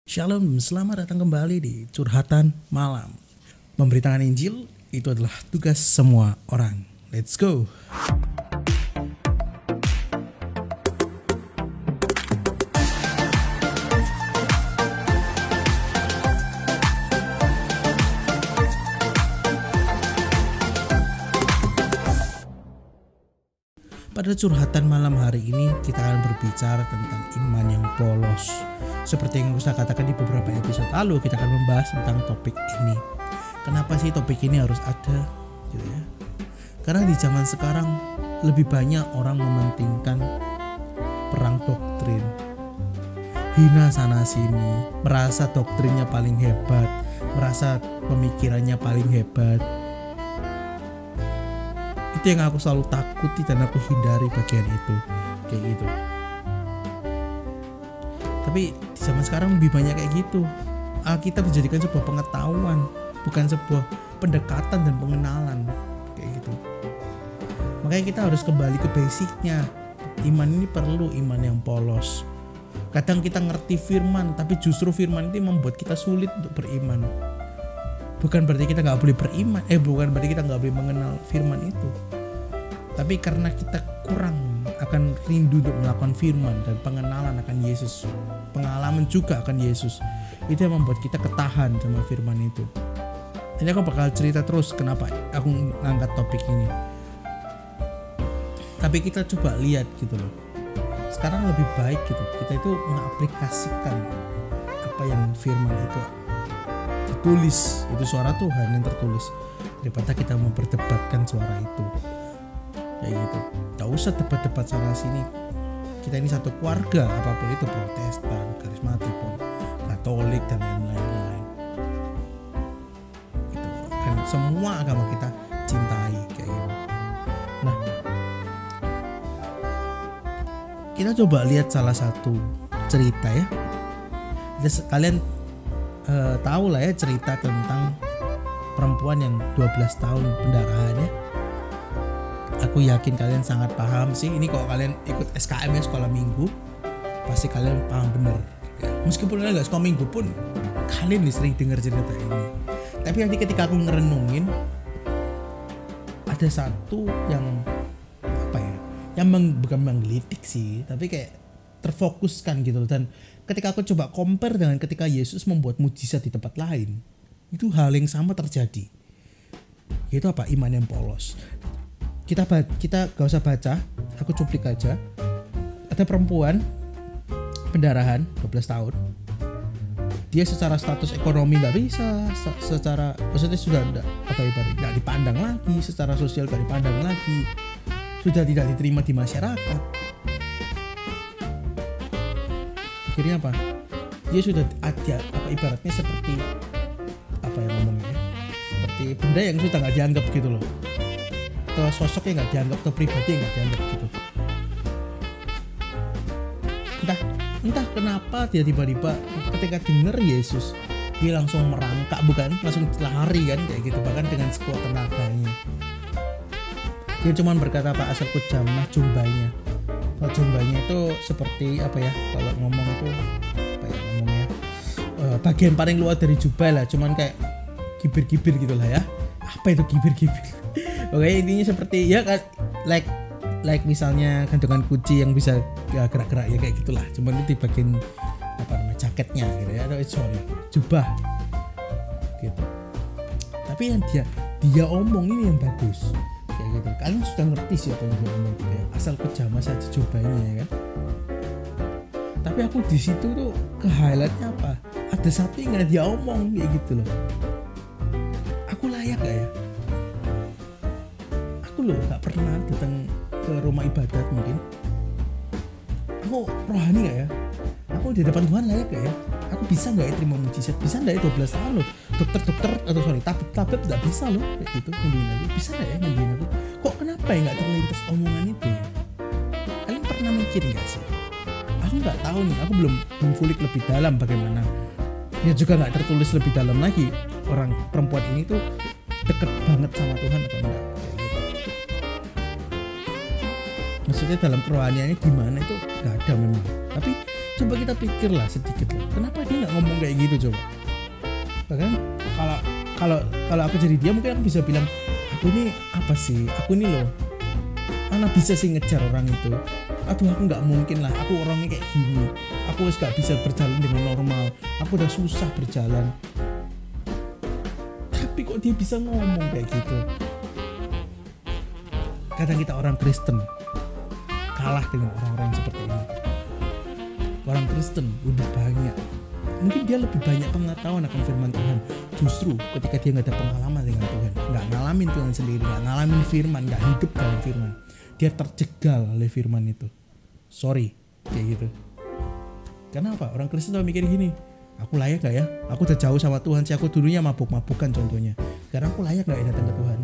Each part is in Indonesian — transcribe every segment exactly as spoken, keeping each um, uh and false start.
Shalom, selamat datang kembali di Curhatan Malam. Memberitakan Injil itu adalah tugas semua orang. Let's go. Pada curhatan malam hari ini kita akan berbicara tentang iman yang polos. Seperti yang saya katakan di beberapa episode lalu, kita akan membahas tentang topik ini. Kenapa sih topik ini harus ada? Gitu ya. Karena di zaman sekarang lebih banyak orang mementingkan perang doktrin, hina sana sini, merasa doktrinnya paling hebat, merasa pemikirannya paling hebat. Itu yang aku selalu takuti dan aku hindari bagian itu, kayak gitu. Tapi di zaman sekarang lebih banyak kayak gitu. Alkitab dijadikan sebuah pengetahuan, bukan sebuah pendekatan dan pengenalan, kayak gitu. Makanya kita harus kembali ke basicnya. Iman ini perlu iman yang polos. Kadang kita ngerti firman, tapi justru firman itu membuat kita sulit untuk beriman. Bukan berarti kita gak boleh beriman, eh bukan berarti kita gak boleh mengenal firman itu. Tapi karena kita kurang akan rindu untuk melakukan firman dan pengenalan akan Yesus, pengalaman juga akan Yesus, itu yang membuat kita ketahan sama firman itu. Ini aku bakal cerita terus kenapa aku ngangkat topik ini. Tapi kita coba lihat gitu loh. Sekarang lebih baik gitu, kita itu mengaplikasikan apa yang firman itu tulis, itu suara Tuhan yang tertulis, daripada kita memperdebatkan suara itu kayak gitu. Gak usah debat-debat sana sini. Kita ini satu keluarga, apapun itu, Protestan, Karismatik, Katolik dan lain-lain gitu. Kan semua agama kita cintai kayak gitu. Nah, kita coba lihat salah satu cerita ya. Kalian Uh, tahu lah ya cerita tentang perempuan yang dua belas tahun pendarahannya. Aku yakin kalian sangat paham sih. Ini kalau kalian ikut S K M ya, sekolah minggu, pasti kalian paham bener ya. Meskipun kalian gak sekolah minggu pun, kalian sering dengar cerita ini. Tapi nanti ketika aku ngerenungin, ada satu yang apa ya, yang meng, bukan menggelitik sih, tapi kayak terfokuskan gitu. Dan ketika aku coba compare dengan ketika Yesus membuat mujizat di tempat lain, itu hal yang sama terjadi. Yaitu apa? Iman yang polos. Kita kita gak usah baca, aku cuplik aja. Ada perempuan pendarahan dua belas tahun. Dia secara status ekonomi gak bisa, secara maksudnya sudah enggak, apa ibaratnya, enggak dipandang lagi, secara sosial gak dipandang lagi, sudah tidak diterima di masyarakat. Akhirnya apa? Dia sudah ada apa ibaratnya seperti apa yang ngomongnya? Seperti benda yang sudah nggak dianggap gitu loh. Atau sosok yang nggak dianggap, atau pribadi yang nggak dianggap gitu. Entah entah kenapa dia tiba-tiba ketika dengar Yesus, dia langsung merangkak, bukan langsung lari kan kayak gitu, bahkan dengan sekuat tenaganya. Dia cuma berkata apa, asalku jamah jumbanya. Kalau jumbanya itu seperti apa ya, kalau ngomong itu apa ya ngomongnya, uh, bagian paling luar dari jubah lah, cuman kayak gibir-gibir gitulah ya. Apa itu gibir-gibir? Oke, intinya seperti ya kan, like like misalnya gantungan kunci yang bisa ya, gerak-gerak ya kayak gitulah, cuman itu di bagian apa namanya jaketnya gitu ya, atau sorry jubah gitu. Tapi yang dia dia omong ini yang bagus. Gitu. Kalian sudah ngerti sih apa yang gue ngomong gitu ya. Asal pejama saja jubahnya ya kan. Tapi aku di situ tuh ke highlightnya apa? Ada satu yang dia omong kayak gitu loh. Aku layak gak ya? Aku loh gak pernah datang ke rumah ibadat mungkin. Aku rohani gak ya? Aku di depan Tuhan layak gak ya? Aku bisa gak ya terima mujizat? Bisa gak ya dua belas tahun loh? Dokter-dokter atau sorry tabib-tabib gak bisa loh kayak gitu nyembuhin aku. Bisa gak ya nyembuhin aku? Kok kenapa ya gak terlintas omongan itu ya? Kalian pernah mikir gak sih? Aku gak tahu nih, aku belum mengulik lebih dalam bagaimana. Ya juga gak tertulis lebih dalam lagi orang perempuan ini tuh deket banget sama Tuhan atau enggak kayak gitu. Maksudnya dalam kerohaniannya gimana itu gak ada memang. Tapi Coba kita pikirlah sedikit lah, kenapa dia nggak ngomong kayak gitu coba? Bahkan kalau kalau kalau aku jadi dia mungkin aku bisa bilang, aku ini apa sih? Aku ini loh, mana bisa sih ngejar orang itu? Aduh aku nggak mungkin lah, aku orangnya kayak gini, aku harus nggak bisa berjalan dengan normal, aku udah susah berjalan. Tapi kok dia bisa ngomong kayak gitu? Kadang kita orang Kristen kalah dengan orang-orang seperti ini. Orang Kristen lebih banyak, mungkin dia lebih banyak pengetahuan akan firman Tuhan. Justru ketika dia nggak ada pengalaman dengan Tuhan, nggak ngalamin Tuhan sendiri, nggak ngalamin firman, nggak hidup dalam firman, dia terjegal oleh firman itu. Sorry, kayak gitu. Kenapa? Orang Kristen tuh mikir gini, aku layak gak ya? Aku udah jauh sama Tuhan sih, aku dulunya mabuk-mabukan contohnya. Sekarang aku layak gak ya datang ke Tuhan?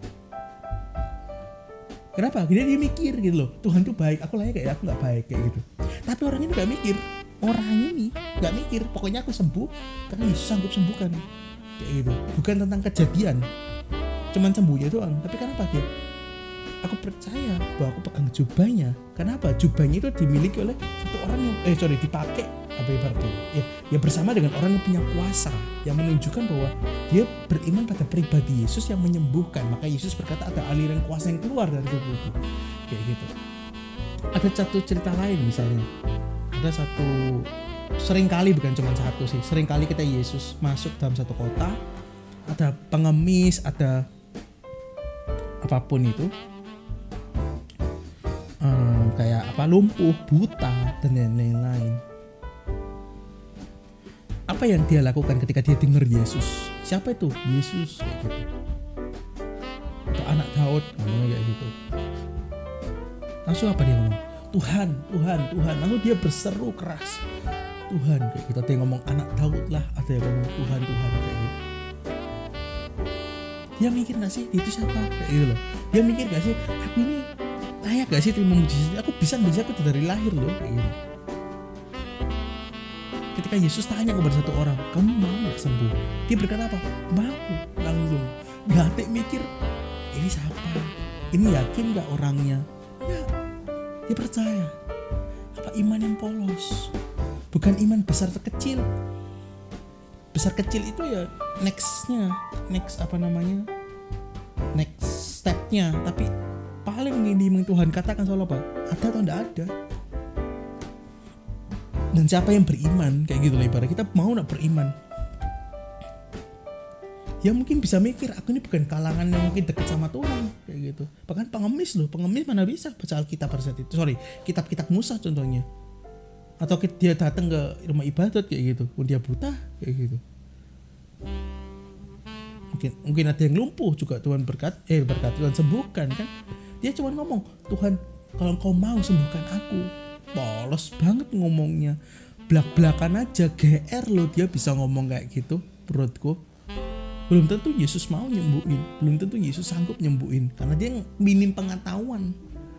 Kenapa? Dia, dia mikir gitu loh, Tuhan tuh baik, aku layak gak ya? Aku gak baik kayak gitu. Tapi orang ini gak mikir, orang ini gak mikir, pokoknya aku sembuh karena Yesus sanggup sembuhkan, kayak gitu. Bukan tentang kejadian, cuman sembuhnya doang. Tapi kenapa dia? Aku percaya bahwa aku pegang jubahnya. Kenapa? Jubahnya itu dimiliki oleh satu orang yang eh sorry dipakai apa ibaratnya ya, ya bersama dengan orang yang punya kuasa, yang menunjukkan bahwa dia beriman pada pribadi Yesus yang menyembuhkan. Maka Yesus berkata ada aliran kuasa yang keluar dari tubuhku, kayak gitu. Ada satu cerita lain misalnya, ada satu, sering kali bukan cuma satu sih, sering kali kita Yesus masuk dalam satu kota, ada pengemis, ada apapun itu, Hmm, kayak apa, lumpuh, buta, dan lain-lain. Apa yang dia lakukan ketika dia dengar Yesus? Siapa itu? Yesus, kayak gitu. Atau anak Daud, ngomongnya kayak gitu. Langsung apa dia ngomong? Tuhan, Tuhan, Tuhan. Lalu dia berseru keras, Tuhan, kayak gitu. Dia ngomong anak Daud lah, ada yang ngomong Tuhan, Tuhan, kayak gitu. Dia mikir gak sih itu siapa? Kayak gitu loh. Dia mikir gak sih aku ini layak gak sih terima mujizat? Aku bisa bisa aku dari lahir loh, kayak gitu. Ketika Yesus tanya kepada satu orang, kamu mau gak sembuh? Dia berkata apa? Mau. Langsung gak ada mikir ini siapa, ini yakin gak orangnya? Ya, dia percaya. Apa iman yang polos, bukan iman besar atau kecil. Besar kecil itu ya nextnya, next apa namanya, next stepnya. Tapi paling ini Tuhan katakan soal apa? Ada atau tidak ada? Dan siapa yang beriman kayak gitu lah, ibarat kita mau nak beriman, ya mungkin bisa mikir aku ini bukan kalangan yang mungkin dekat sama Tuhan kayak gitu. Bahkan pengemis loh, pengemis mana bisa baca Alkitab pada saat itu, sorry kitab-kitab Musa contohnya. Atau dia datang ke rumah ibadat kayak gitu, pun dia buta kayak gitu. Mungkin mungkin ada yang lumpuh juga Tuhan berkat eh berkat Tuhan sembuhkan kan. Dia cuma ngomong, Tuhan kalau kau mau sembuhkan aku. Polos banget ngomongnya, belak-belakan aja, G R loh dia bisa ngomong kayak gitu. Menurutku belum tentu Yesus mau nyembuhin, belum tentu Yesus sanggup nyembuhin, karena dia minim pengetahuan,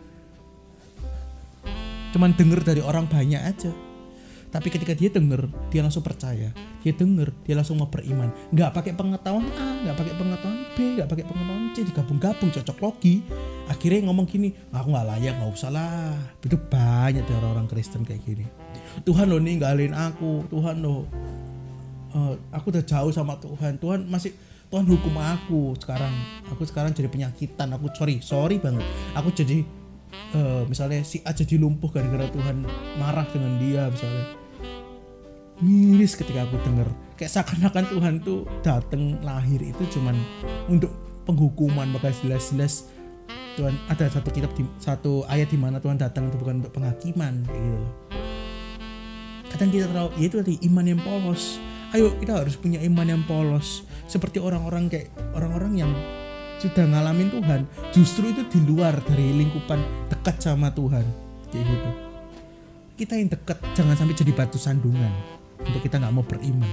cuman denger dari orang banyak aja. Tapi ketika dia denger, dia langsung percaya. Dia denger, dia langsung mau beriman. Nggak pakai pengetahuan A, nggak pakai pengetahuan B, nggak pakai pengetahuan C, digabung-gabung cocok logi. Akhirnya ngomong gini, aku nggak layak, nggak usah lah. Itu banyak dari orang-orang Kristen kayak gini. Tuhan lo ninggalin aku, Tuhan lo, uh, aku udah jauh sama Tuhan. Tuhan masih, Tuhan hukum aku sekarang. Aku sekarang jadi penyakitan. Aku sorry, sorry banget. Aku jadi Uh, misalnya si A jadi lumpuh gara-gara Tuhan marah dengan dia misalnya. Miris ketika aku dengar, kayak seakan-akan Tuhan tuh datang lahir itu cuman untuk penghukuman. Maka jelas-jelas Tuhan ada satu kitab di, satu ayat di mana Tuhan datang itu bukan untuk penghakiman kayak gitu loh. Kadang kita tahu ya itu tadi iman yang polos. Ayo kita harus punya iman yang polos seperti orang-orang kayak orang-orang yang sudah ngalamin Tuhan, justru itu di luar dari lingkupan dekat sama Tuhan kayak gitu. Kita yang dekat jangan sampai jadi batu sandungan untuk kita nggak mau beriman.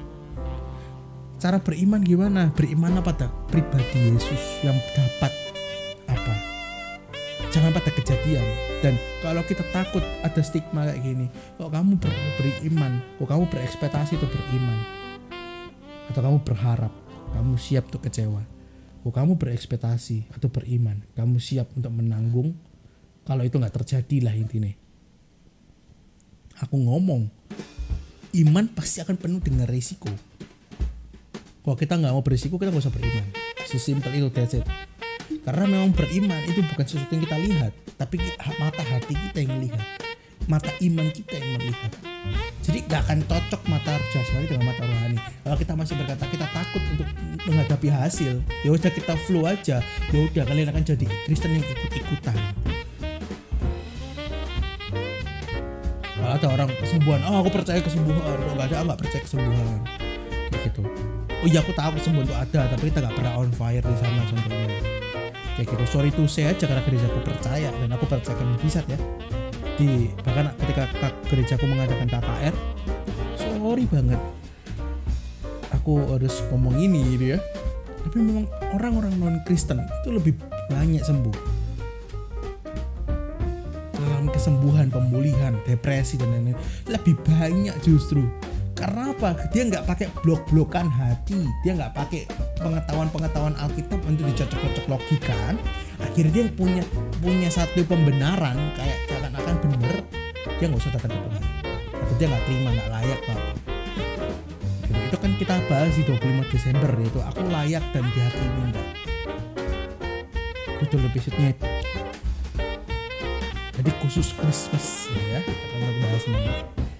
Cara beriman gimana? Beriman pada pribadi Yesus yang dapat apa? Jangan pada kejadian. Dan kalau kita takut ada stigma kayak gini, kok kamu ber, beriman, kok kamu berekspektasi untuk beriman, atau kamu berharap, kamu siap untuk kecewa. Oh, kamu berekspektasi atau beriman, kamu siap untuk menanggung kalau itu nggak terjadi lah intinya. aku ngomong, iman pasti akan penuh dengan risiko. Kalau kita nggak mau berisiko, kita nggak usah beriman. Sesimpel itu, that's it. Karena memang beriman itu bukan sesuatu yang kita lihat, tapi mata hati kita yang melihat, mata iman kita yang melihat. Jadi nggak akan cocok mata jasmani dengan mata rohani. Kalau kita masih berkata kita takut untuk menghadapi hasil, ya udah kita flow aja. Ya udah, kalian akan jadi Kristen yang ikut-ikutan. Kalau ada orang kesembuhan, oh aku percaya kesembuhan. Kalau nggak ada, aku nggak percaya kesembuhan. Kayak gitu. Oh iya, aku tahu kesembuhan itu ada, tapi kita nggak pernah on fire di sana contohnya. Kayak gitu. Sorry to say aja, karena gerejaku percaya dan aku percayakan mujizat ya. Di bahkan ketika gerejaku mengadakan K K R, sorry banget aku harus ngomong ini gitu ya, tapi memang orang-orang non Kristen itu lebih banyak sembuh, dalam kesembuhan, pemulihan, depresi dan lain-lain lebih banyak justru. Karena apa? Dia nggak pakai blok-blokan hati, dia nggak pakai pengetahuan-pengetahuan Alkitab untuk dicocok-cocok logikan. Akhirnya dia punya punya satu pembenaran kayak seakan-akan bener, dia nggak usah datang ke Tuhan, atau dia nggak terima, nggak layak apa. Gitu. Itu kan kita bahas di dua puluh lima Desember itu, aku layak dan dihakimi enggak. Betul episode-nya itu. Jadi khusus Christmas ya, akan bahas ini.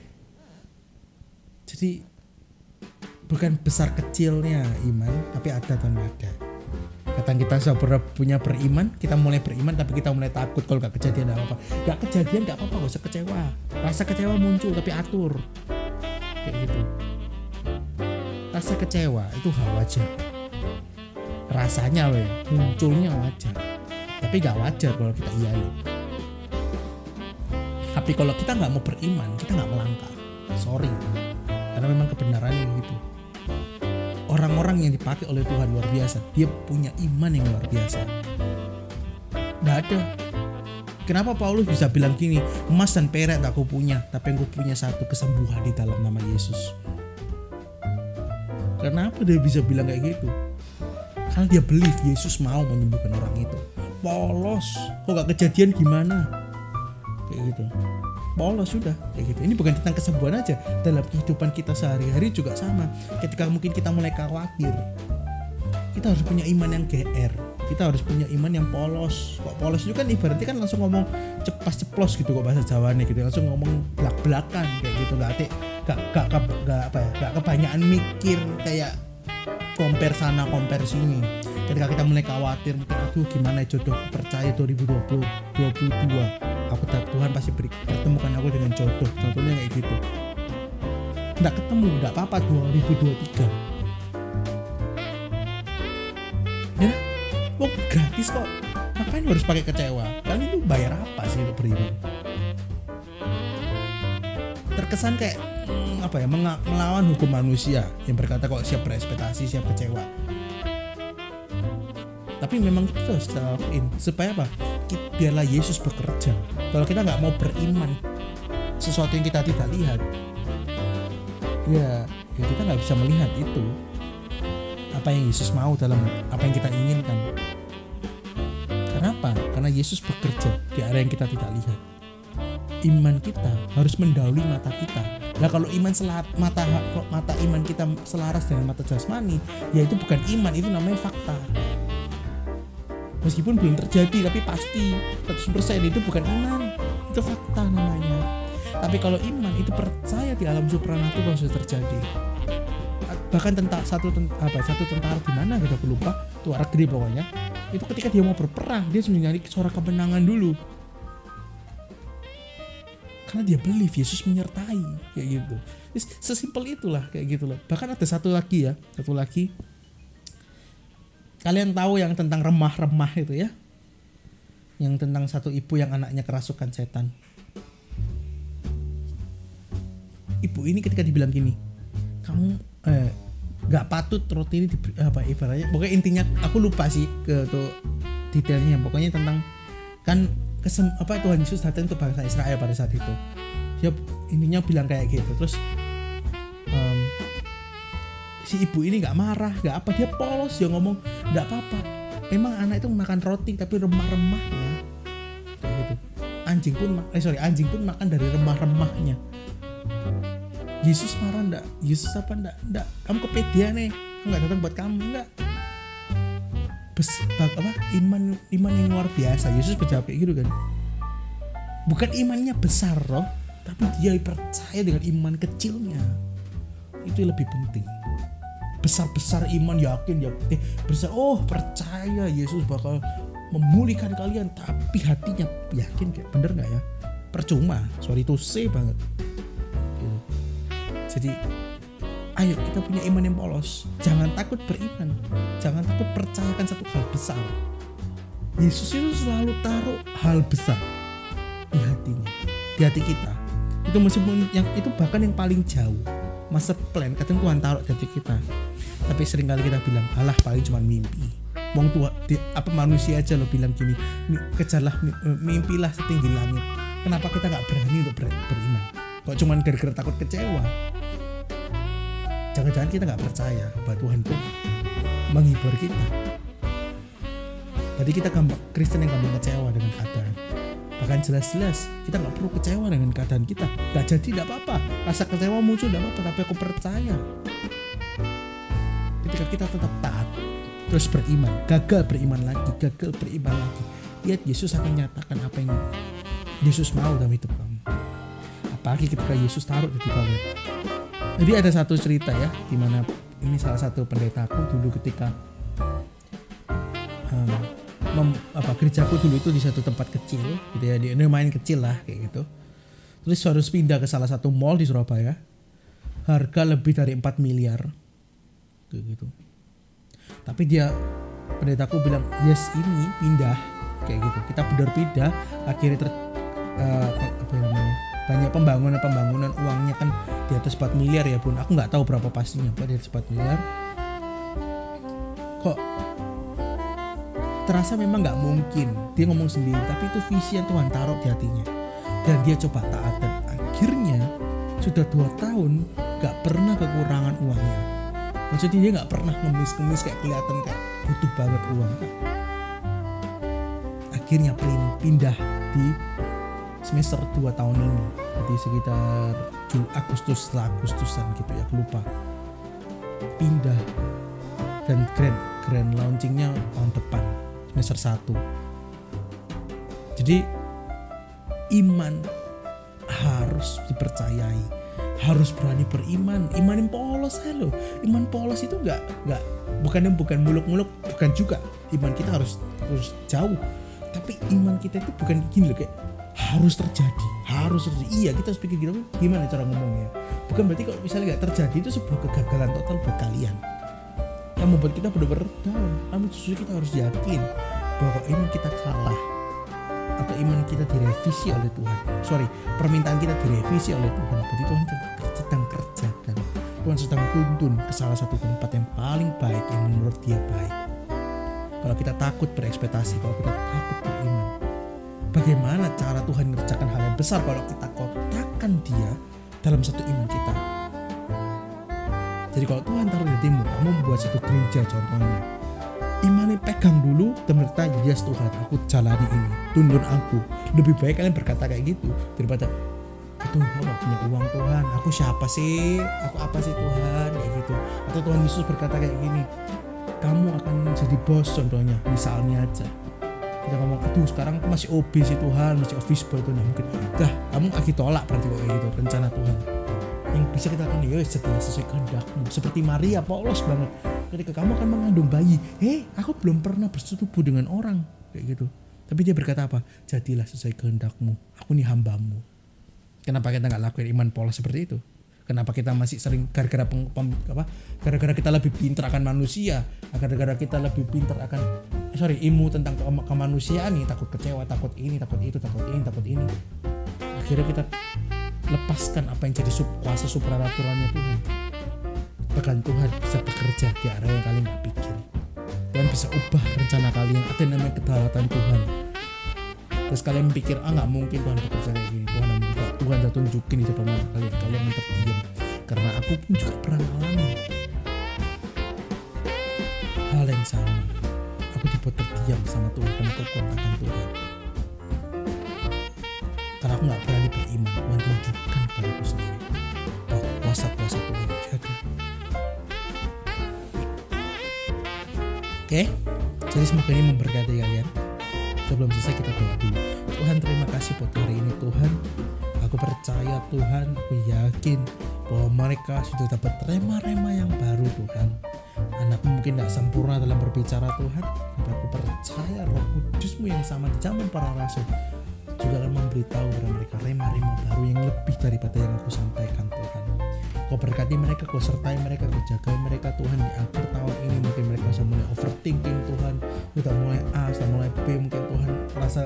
Jadi bukan besar kecilnya iman, tapi ada dan ada. Kadang kita sudah punya beriman, kita mulai beriman, tapi kita mulai takut kalau gak kejadian apa-apa. Gak kejadian gak apa-apa, gak usah kecewa. Rasa kecewa muncul, tapi atur. Kayak gitu. Rasa kecewa itu hal wajar. Rasanya loh ya, munculnya wajar. Tapi gak wajar kalau kita iyain. Tapi kalau kita gak mau beriman, kita gak melangkah. Sorry. Karena memang kebenarannya gitu. Orang-orang yang dipakai oleh Tuhan luar biasa. Dia punya iman yang luar biasa. Nggak ada. Kenapa Paulus bisa bilang gini, emas dan perak tak aku punya, tapi aku punya satu kesembuhan di dalam nama Yesus. Kenapa dia bisa bilang kayak gitu? Karena dia believe Yesus mau menyembuhkan orang itu. Polos, kok gak kejadian gimana? Kayak gitu. Polos sudah kayak gitu. Ini bukan tentang kesembuhan aja, dalam kehidupan kita sehari-hari juga sama. Ketika mungkin kita mulai khawatir, kita harus punya iman yang G R. Kita harus punya iman yang polos. Kok polos itu kan ibaratnya kan langsung ngomong cepas-ceplos gitu kok bahasa Jawanya gitu. Langsung ngomong belak-belakan kayak gitu. Gak atik, gak, gak, gak, gak apa ya, gak kebanyakan mikir kayak compare sana compare sini. Ketika kita mulai khawatir, mungkin aduh gimana jodoh, percaya dua ribu dua puluh dua puluh dua aku tak Tuhan pasti beri, pertemukan aku dengan jodoh, contohnya kayak gitu. Nggak ketemu, nggak apa-apa dua ribu dua puluh tiga. Ya, mau gratis kok. Ngapain harus pakai kecewa? Kalian itu bayar apa sih untuk beriman? Terkesan kayak hmm, apa ya, melawan hukum manusia yang berkata kok siap berekspektasi, siap kecewa. Tapi memang itu harus kita lakuin supaya apa? Biarlah Yesus bekerja. Kalau kita nggak mau beriman sesuatu yang kita tidak lihat, ya, ya kita nggak bisa melihat itu apa yang Yesus mau dalam apa yang kita inginkan. Kenapa? Karena Yesus bekerja di area yang kita tidak lihat. Iman kita harus mendahului mata kita. Nah kalau iman selat, mata mata iman kita selaras dengan mata jasmani, ya itu bukan iman, itu namanya fakta. Meskipun belum terjadi, tapi pasti seratus persen itu bukan iman, itu fakta namanya. Tapi kalau iman itu percaya di alam supranatural sudah terjadi. Bahkan tentang satu apa satu tentara di mana kita lupa, tuh arah gede pokoknya. Itu ketika dia mau berperang, dia harus mencari suara kemenangan dulu. Karena dia believe Yesus menyertai kayak gitu. Sesimpel itulah kayak gitu loh. Bahkan ada satu lagi ya, satu lagi. Kalian tahu yang tentang remah-remah itu ya? Yang tentang satu ibu yang anaknya kerasukan setan. Ibu ini ketika dibilang gini, kamu eh, gak patut roti ini di, apa ibaratnya, pokoknya intinya aku lupa sih ke tuh detailnya. Pokoknya tentang kan kesem, apa Tuhan Yesus datang untuk bangsa Israel pada saat itu. Dia intinya bilang kayak gitu. Terus um, si ibu ini nggak marah, nggak apa, dia polos, dia ngomong nggak apa-apa. Memang anak itu makan roti tapi remah-remahnya, kayak gitu. Anjing pun, eh sorry, anjing pun makan dari remah-remahnya. Yesus marah enggak? Yesus apa enggak? Enggak. Kamu kepedean nih. Enggak datang buat kamu, enggak. Bes, apa? Iman iman yang luar biasa. Yesus berjawab kayak gitu kan. Bukan imannya besar loh, tapi dia percaya dengan iman kecilnya. Itu yang lebih penting. Besar-besar iman, yakin ya, eh, besar, oh percaya Yesus bakal memulihkan kalian, tapi hatinya yakin kayak bener nggak ya? Percuma, sorry to say banget. Gitu. Jadi, ayo kita punya iman yang polos. Jangan takut beriman, jangan takut percayakan satu hal besar. Yesus itu selalu taruh hal besar di hatinya, di hati kita. Itu meskipun yang itu bahkan yang paling jauh. Master plan kadang Tuhan taruh di hati kita, tapi seringkali kita bilang alah paling cuma mimpi. Wong tua di, apa manusia aja lo bilang gini, kejarlah mimpilah setinggi langit. Kenapa kita nggak berani untuk ber, beriman? Kok cuma gara-gara takut kecewa? Jangan-jangan kita nggak percaya bahwa Tuhan itu menghibur kita. Tadi kita gampang, Kristen yang gampang kecewa dengan keadaan. Bahkan jelas-jelas kita gak perlu kecewa dengan keadaan kita. Gak jadi gak apa-apa, rasa kecewa muncul gak apa-apa, tapi aku percaya ketika kita tetap taat, terus beriman, gagal beriman lagi, gagal beriman lagi, lihat Yesus akan nyatakan apa yang Yesus mau dalam hidup kamu. Apalagi ketika Yesus taruh di kalian. Jadi ada satu cerita ya, dimana ini salah satu pendetaku dulu ketika um, Mem, apa gerejaku dulu itu di satu tempat kecil gitu ya, di lumayan kecil lah kayak gitu. Terus harus pindah ke salah satu mall di Surabaya, harga lebih dari empat miliar kayak gitu. Tapi dia pendetaku bilang yes ini pindah kayak gitu, kita benar pindah. Akhirnya ter, uh, apa namanya banyak pembangunan pembangunan uangnya kan di atas empat miliar ya Bun. Aku nggak tahu berapa pastinya, Pak, di atas empat miliar. Kok terasa memang gak mungkin, dia ngomong sendiri, tapi itu visi yang Tuhan taruh di hatinya. Dan dia coba taat, dan akhirnya sudah dua tahun gak pernah kekurangan uangnya. Maksudnya dia gak pernah ngemis-ngemis kayak kelihatan kayak butuh banget uang. Akhirnya pindah di semester dua tahun ini, jadi sekitar Jul Agustus setelah Agustusan gitu ya, aku lupa. Pindah dan grand grand launchingnya tahun depan semester satu. Jadi iman harus dipercayai, harus berani beriman. Iman yang polos ya loh. Iman polos itu nggak nggak bukan bukan muluk-muluk, bukan juga. Iman kita harus harus jauh. Tapi iman kita itu bukan gini loh, kayak harus terjadi, harus terjadi. Iya, kita harus pikir gitu. Gimana cara ngomongnya? Bukan berarti kalau misalnya nggak terjadi itu sebuah kegagalan total buat kalian. Yang membuat kita benar-benar down. Namun justru kita harus yakin bahwa iman kita kalah, atau iman kita direvisi oleh Tuhan. Sorry, permintaan kita direvisi oleh Tuhan. Berarti Tuhan sedang kerjakan. Tuhan sedang tuntun ke salah satu tempat yang paling baik, yang menurut Dia baik. Kalau kita takut berekspektasi, kalau kita takut beriman, bagaimana cara Tuhan mengerjakan hal yang besar kalau kita kotakkan Dia dalam satu iman kita? Jadi kalau Tuhan taruh di hatimu, kamu membuat satu gereja contohnya, imannya pegang dulu dan berkata, yes Tuhan, aku jalani ini, tuntun aku. Lebih baik kalian berkata kayak gitu daripada, aduh aku gak punya uang Tuhan, aku siapa sih, aku apa sih Tuhan, kayak gitu. Atau Tuhan Yesus berkata kayak gini, kamu akan jadi bos contohnya, misalnya aja. Kita ngomong, aduh sekarang aku masih O B sih Tuhan, masih office boy tuh, nah mungkin dah kamu lagi tolak berarti kok kayak gitu rencana Tuhan. Yang bisa kita lakukan, ya setelah sesuai kehendakmu. Seperti Maria, polos banget. Ketika kamu akan mengandung bayi, hei aku belum pernah bersetubuh dengan orang kayak gitu. Tapi dia berkata apa? Jadilah sesuai kehendakmu, aku nih hambamu. Kenapa kita nggak lakuin iman polos seperti itu? Kenapa kita masih sering gara-gara peng, pem, apa? Gara-gara kita lebih pintar akan manusia, gara-gara kita lebih pintar akan eh, sorry ilmu tentang ke- kemanusiaan nih, takut kecewa, takut ini, takut itu, takut ini, takut ini. Akhirnya kita lepaskan apa yang jadi sub, kuasa supranatural-nya Tuhan. Bahkan Tuhan bisa bekerja di arah yang kalian gak pikir. Tuhan bisa ubah rencana kalian, ada yang namanya kedaulatan Tuhan. Terus kalian pikir, ah gak mungkin Tuhan bekerja kayak gini. Tuhan membuka, Tuhan udah tunjukin di depan mata kalian. Kalian yang terdiam. Karena aku pun juga pernah mengalami hal yang sama. Aku dibuat terdiam sama Tuhan karena kekuatan Tuhan. Karena aku gak berani beriman. Tuhan tunjukkan pada aku sendiri bahwa kuasa-kuasa Tuhan jaga. Oke, jadi semoga ini memberkati kalian. Sebelum selesai kita doa dulu. Tuhan, terima kasih buat hari ini Tuhan. Aku percaya Tuhan, aku yakin bahwa mereka sudah dapat rema-rema yang baru Tuhan. Anakmu mungkin tidak sempurna dalam berbicara Tuhan, tapi aku percaya Roh Kudus-Mu yang sama di zaman para rasul juga akan memberitahu kepada mereka rema-rema baru yang lebih daripada yang aku sampaikan Tuhan. Kau berkati mereka, Kau sertai mereka, Kau jaga mereka Tuhan di akhir tahun ini. Mungkin mereka sudah mulai overthinking Tuhan, sudah mulai A, sudah mulai B, mungkin Tuhan merasa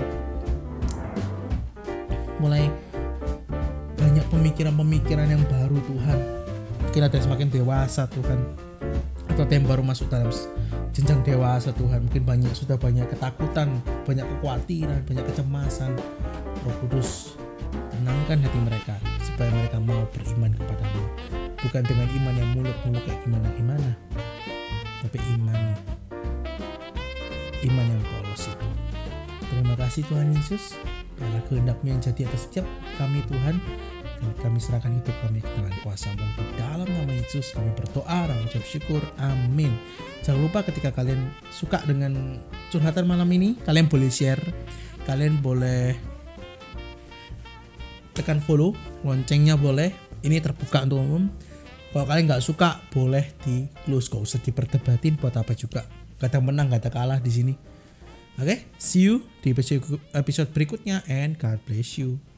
mulai banyak pemikiran-pemikiran yang baru Tuhan. Mungkin ada yang semakin dewasa Tuhan, atau ada yang baru masuk dalam jenjang dewasa Tuhan. Mungkin banyak sudah banyak ketakutan, banyak kekhawatiran, banyak kecemasan. Roh Kudus, tenangkan hati mereka supaya mereka mau beriman kepada-Mu, bukan dengan iman yang muluk-muluk kayak gimana-gimana, tapi iman iman yang polos itu. Terima kasih Tuhan Yesus, biarlah kehendak-Mu yang jadi atas setiap kami Tuhan, dan kami serahkan hidup kami ke tangan kuasa-Mu. Di dalam nama Yesus kami berdoa dan mengucap syukur, amin. Jangan lupa ketika kalian suka dengan curhatan malam ini, kalian boleh share, kalian boleh tekan follow, loncengnya boleh, ini terbuka untuk umum. Kalau kalian nggak suka boleh di close, gak usah diperdebatin buat apa juga, gak ada menang gak ada kalah di sini. Oke, okay? See you di episode berikutnya and God bless you.